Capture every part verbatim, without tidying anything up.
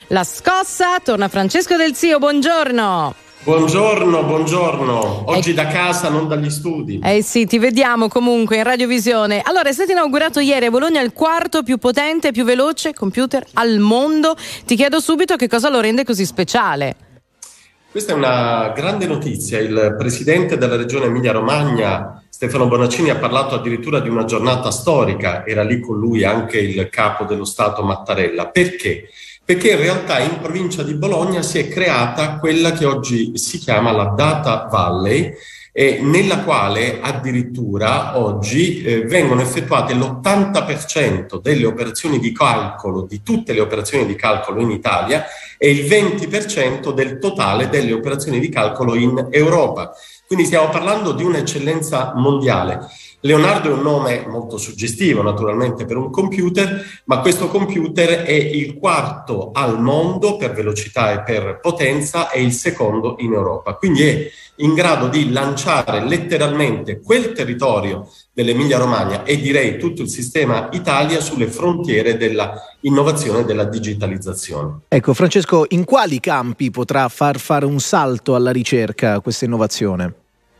La scossa, torna Francesco Del Zio, buongiorno. Buongiorno, buongiorno. Oggi eh, da casa, non dagli studi. Eh sì, ti vediamo comunque in radiovisione. Allora, è stato inaugurato ieri a Bologna il quarto più potente e più veloce computer al mondo. Ti chiedo subito che cosa lo rende così speciale. Questa è una grande notizia. Il presidente della regione Emilia-Romagna, Stefano Bonaccini, ha parlato addirittura di una giornata storica. Era lì con lui anche il capo dello Stato Mattarella. Perché? Perché in realtà in provincia di Bologna si è creata quella che oggi si chiama la Data Valley, eh, nella quale addirittura oggi eh, vengono effettuate l'ottanta per cento delle operazioni di calcolo, di tutte le operazioni di calcolo in Italia, e il venti per cento del totale delle operazioni di calcolo in Europa. Quindi stiamo parlando di un'eccellenza mondiale. Leonardo è un nome molto suggestivo naturalmente per un computer, ma questo computer è il quarto al mondo per velocità e per potenza e il secondo in Europa. Quindi è in grado di lanciare letteralmente quel territorio dell'Emilia-Romagna e direi tutto il sistema Italia sulle frontiere della innovazione e della digitalizzazione. Ecco Francesco, in quali campi potrà far fare un salto alla ricerca questa innovazione?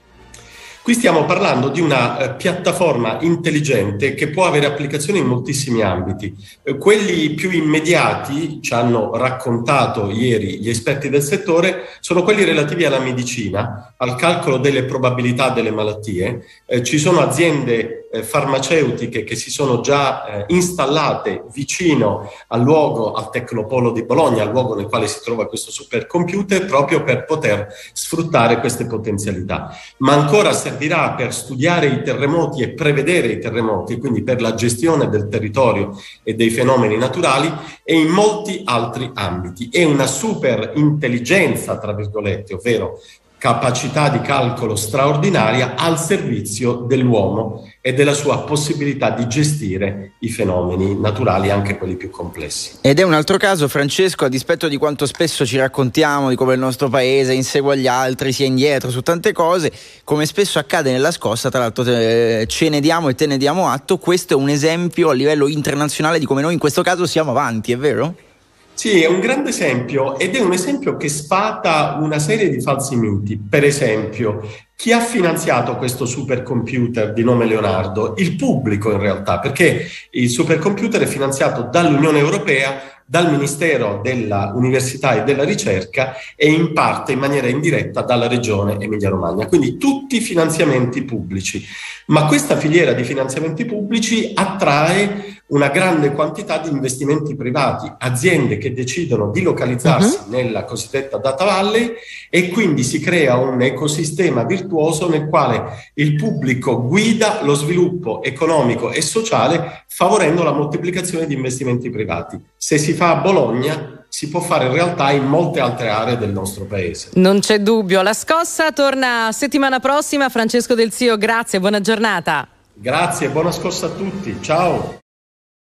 Qui stiamo parlando di una eh, piattaforma intelligente che può avere applicazioni in moltissimi ambiti. Eh, quelli più immediati, ci hanno raccontato ieri gli esperti del settore, sono quelli relativi alla medicina, al calcolo delle probabilità delle malattie. Eh, ci sono aziende eh, farmaceutiche che si sono già eh, installate vicino al luogo, al Tecnopolo di Bologna, al luogo nel quale si trova questo supercomputer, proprio per poter sfruttare queste potenzialità. Ma ancora servirà per studiare i terremoti e prevedere i terremoti, quindi per la gestione del territorio e dei fenomeni naturali e in molti altri ambiti. È una super intelligenza, tra virgolette, ovvero capacità di calcolo straordinaria al servizio dell'uomo e della sua possibilità di gestire i fenomeni naturali, anche quelli più complessi. Ed è un altro caso, Francesco, a dispetto di quanto spesso ci raccontiamo di come il nostro paese insegua gli altri, sia indietro su tante cose, come spesso accade nella scossa, tra l'altro te, ce ne diamo e te ne diamo atto, questo è un esempio a livello internazionale di come noi in questo caso siamo avanti, è vero? Sì, è un grande esempio ed è un esempio che sfata una serie di falsi miti. Per esempio, chi ha finanziato questo supercomputer di nome Leonardo? Il pubblico in realtà, perché il supercomputer è finanziato dall'Unione Europea, dal Ministero dell'Università e della Ricerca e in parte in maniera indiretta dalla Regione Emilia-Romagna. Quindi tutti finanziamenti pubblici. Ma questa filiera di finanziamenti pubblici attrae una grande quantità di investimenti privati, aziende che decidono di localizzarsi uh-huh. nella cosiddetta Data Valley e quindi si crea un ecosistema virtuoso nel quale il pubblico guida lo sviluppo economico e sociale favorendo la moltiplicazione di investimenti privati. Se si fa a Bologna, si può fare in realtà in molte altre aree del nostro paese. Non c'è dubbio. La scossa torna settimana prossima. Francesco Del Zio, grazie, buona giornata. Grazie, buona scossa a tutti. Ciao.